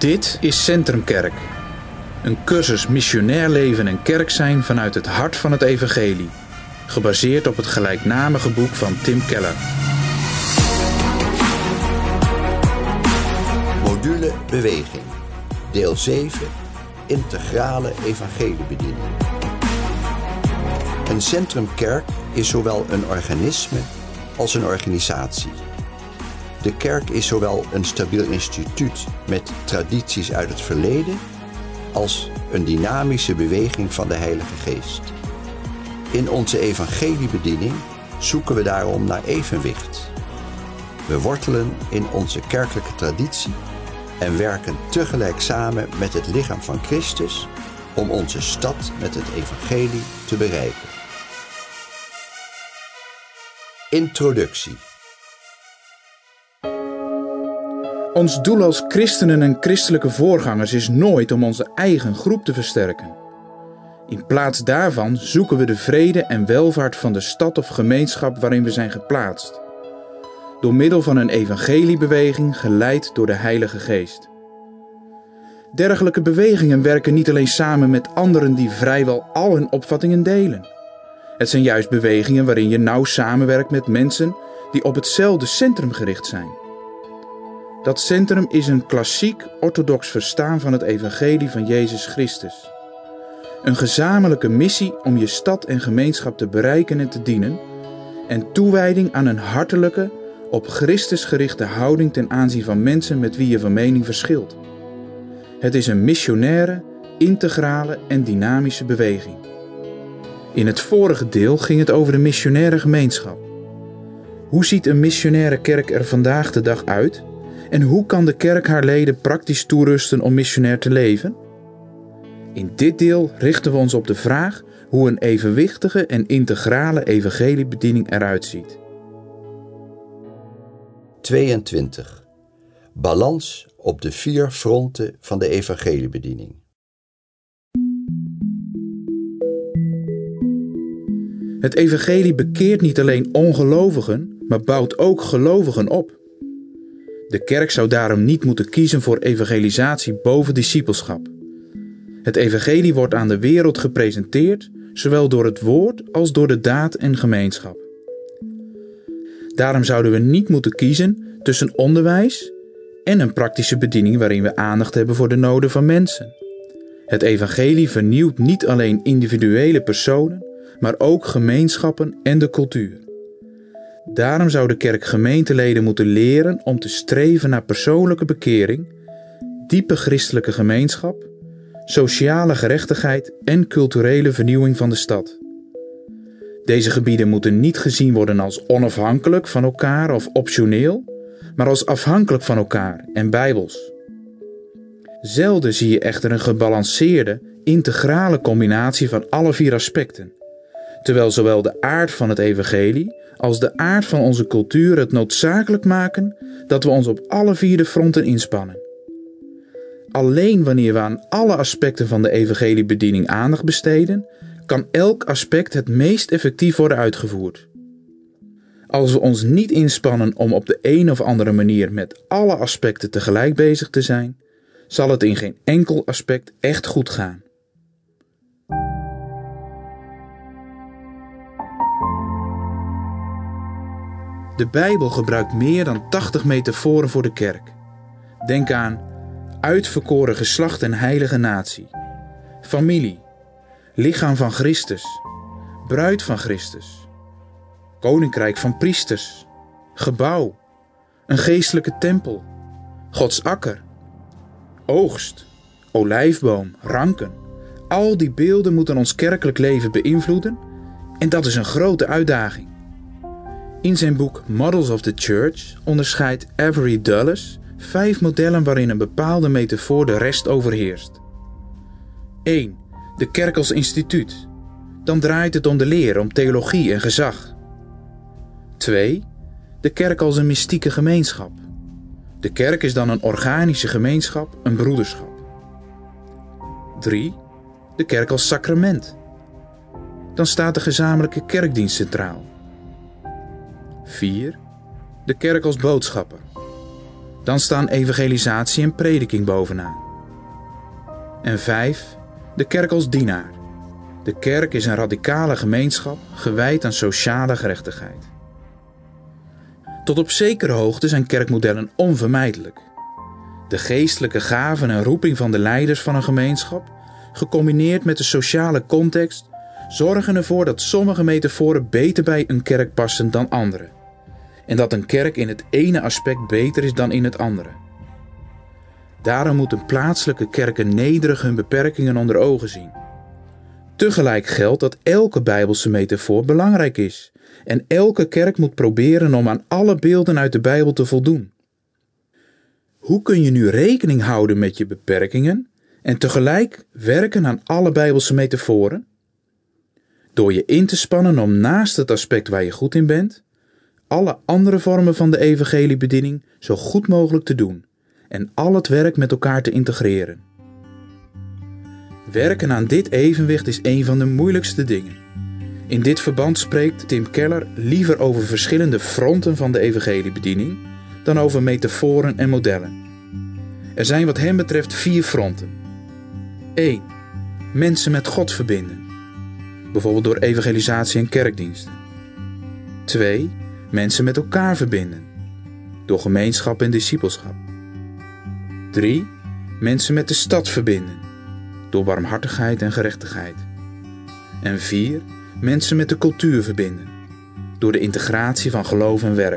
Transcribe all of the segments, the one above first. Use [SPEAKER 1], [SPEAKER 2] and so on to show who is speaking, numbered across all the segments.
[SPEAKER 1] Dit is Centrum Kerk. Een cursus missionair leven en kerk zijn vanuit het hart van het evangelie. Gebaseerd op het gelijknamige boek van Tim Keller.
[SPEAKER 2] Module Beweging. Deel 7. Integrale evangeliebediening. Een centrumkerk is zowel een organisme als een organisatie. De kerk is zowel een stabiel instituut met tradities uit het verleden als een dynamische beweging van de Heilige Geest. In onze evangeliebediening zoeken we daarom naar evenwicht. We wortelen in onze kerkelijke traditie en werken tegelijk samen met het lichaam van Christus om onze stad met het evangelie te bereiken. Introductie.
[SPEAKER 1] Ons doel als christenen en christelijke voorgangers is nooit om onze eigen groep te versterken. In plaats daarvan zoeken we de vrede en welvaart van de stad of gemeenschap waarin we zijn geplaatst. Door middel van een evangeliebeweging geleid door de Heilige Geest. Dergelijke bewegingen werken niet alleen samen met anderen die vrijwel al hun opvattingen delen. Het zijn juist bewegingen waarin je nauw samenwerkt met mensen die op hetzelfde centrum gericht zijn. Dat centrum is een klassiek orthodox verstaan van het evangelie van Jezus Christus. Een gezamenlijke missie om je stad en gemeenschap te bereiken en te dienen en toewijding aan een hartelijke, op Christus gerichte houding ten aanzien van mensen met wie je van mening verschilt. Het is een missionaire, integrale en dynamische beweging. In het vorige deel ging het over de missionaire gemeenschap. Hoe ziet een missionaire kerk er vandaag de dag uit? En hoe kan de kerk haar leden praktisch toerusten om missionair te leven? In dit deel richten we ons op de vraag hoe een evenwichtige en integrale evangeliebediening eruit ziet.
[SPEAKER 2] 22. Balans op de 4 fronten van de evangeliebediening.
[SPEAKER 1] Het evangelie bekeert niet alleen ongelovigen, maar bouwt ook gelovigen op. De kerk zou daarom niet moeten kiezen voor evangelisatie boven discipelschap. Het evangelie wordt aan de wereld gepresenteerd, zowel door het woord als door de daad en gemeenschap. Daarom zouden we niet moeten kiezen tussen onderwijs en een praktische bediening waarin we aandacht hebben voor de noden van mensen. Het evangelie vernieuwt niet alleen individuele personen, maar ook gemeenschappen en de cultuur. Daarom zou de kerk gemeenteleden moeten leren om te streven naar persoonlijke bekering, diepe christelijke gemeenschap, sociale gerechtigheid en culturele vernieuwing van de stad. Deze gebieden moeten niet gezien worden als onafhankelijk van elkaar of optioneel, maar als afhankelijk van elkaar en bijbels. Zelden zie je echter een gebalanceerde, integrale combinatie van alle 4 aspecten, terwijl zowel de aard van het evangelie als de aard van onze cultuur het noodzakelijk maken dat we ons op alle 4 fronten inspannen. Alleen wanneer we aan alle aspecten van de evangeliebediening aandacht besteden, kan elk aspect het meest effectief worden uitgevoerd. Als we ons niet inspannen om op de een of andere manier met alle aspecten tegelijk bezig te zijn, zal het in geen enkel aspect echt goed gaan. De Bijbel gebruikt meer dan 80 metaforen voor de kerk. Denk aan uitverkoren geslacht en heilige natie, familie, lichaam van Christus, bruid van Christus, koninkrijk van priesters, gebouw, een geestelijke tempel, Gods akker, oogst, olijfboom, ranken. Al die beelden moeten ons kerkelijk leven beïnvloeden en dat is een grote uitdaging. In zijn boek Models of the Church onderscheidt Avery Dulles 5 modellen waarin een bepaalde metafoor de rest overheerst. 1. De kerk als instituut. Dan draait het om de leer, om theologie en gezag. 2. De kerk als een mystieke gemeenschap. De kerk is dan een organische gemeenschap, een broederschap. 3. De kerk als sacrament. Dan staat de gezamenlijke kerkdienst centraal. 4. De kerk als boodschapper. Dan staan evangelisatie en prediking bovenaan. En 5. De kerk als dienaar. De kerk is een radicale gemeenschap gewijd aan sociale gerechtigheid. Tot op zekere hoogte zijn kerkmodellen onvermijdelijk. De geestelijke gaven en roeping van de leiders van een gemeenschap, gecombineerd met de sociale context, zorgen ervoor dat sommige metaforen beter bij een kerk passen dan andere. En dat een kerk in het ene aspect beter is dan in het andere. Daarom moeten plaatselijke kerken nederig hun beperkingen onder ogen zien. Tegelijk geldt dat elke Bijbelse metafoor belangrijk is en elke kerk moet proberen om aan alle beelden uit de Bijbel te voldoen. Hoe kun je nu rekening houden met je beperkingen en tegelijk werken aan alle Bijbelse metaforen? Door je in te spannen om naast het aspect waar je goed in bent, alle andere vormen van de evangeliebediening zo goed mogelijk te doen en al het werk met elkaar te integreren. Werken aan dit evenwicht is een van de moeilijkste dingen. In dit verband spreekt Tim Keller liever over verschillende fronten van de evangeliebediening dan over metaforen en modellen. Er zijn wat hem betreft 4 fronten. 1. Mensen met God verbinden. Bijvoorbeeld door evangelisatie en kerkdiensten. 2. Mensen met elkaar verbinden. Door gemeenschap en discipelschap. 3. Mensen met de stad verbinden. Door barmhartigheid en gerechtigheid. En 4. Mensen met de cultuur verbinden. Door de integratie van geloof en werk.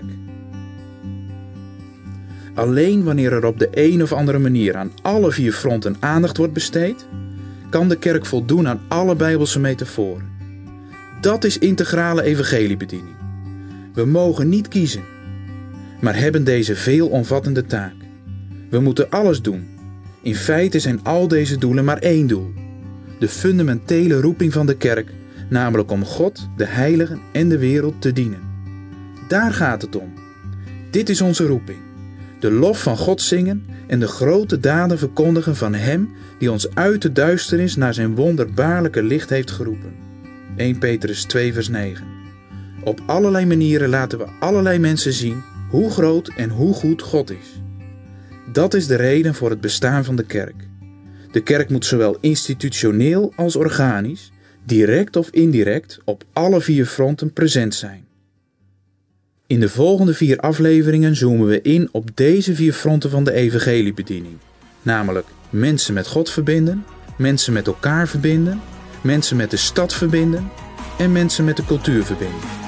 [SPEAKER 1] Alleen wanneer er op de een of andere manier aan alle 4 fronten aandacht wordt besteed, kan de kerk voldoen aan alle Bijbelse metaforen. Dat is integrale evangeliebediening. We mogen niet kiezen, maar hebben deze veelomvattende taak. We moeten alles doen. In feite zijn al deze doelen maar één doel. De fundamentele roeping van de kerk, namelijk om God, de heiligen en de wereld te dienen. Daar gaat het om. Dit is onze roeping. De lof van God zingen en de grote daden verkondigen van Hem die ons uit de duisternis naar zijn wonderbaarlijke licht heeft geroepen. 1 Petrus 2 vers 9. Op allerlei manieren laten we allerlei mensen zien hoe groot en hoe goed God is. Dat is de reden voor het bestaan van de kerk. De kerk moet zowel institutioneel als organisch, direct of indirect, op alle 4 fronten present zijn. In de volgende 4 afleveringen zoomen we in op deze 4 fronten van de evangeliebediening. Namelijk mensen met God verbinden, mensen met elkaar verbinden, mensen met de stad verbinden en mensen met de cultuur verbinden.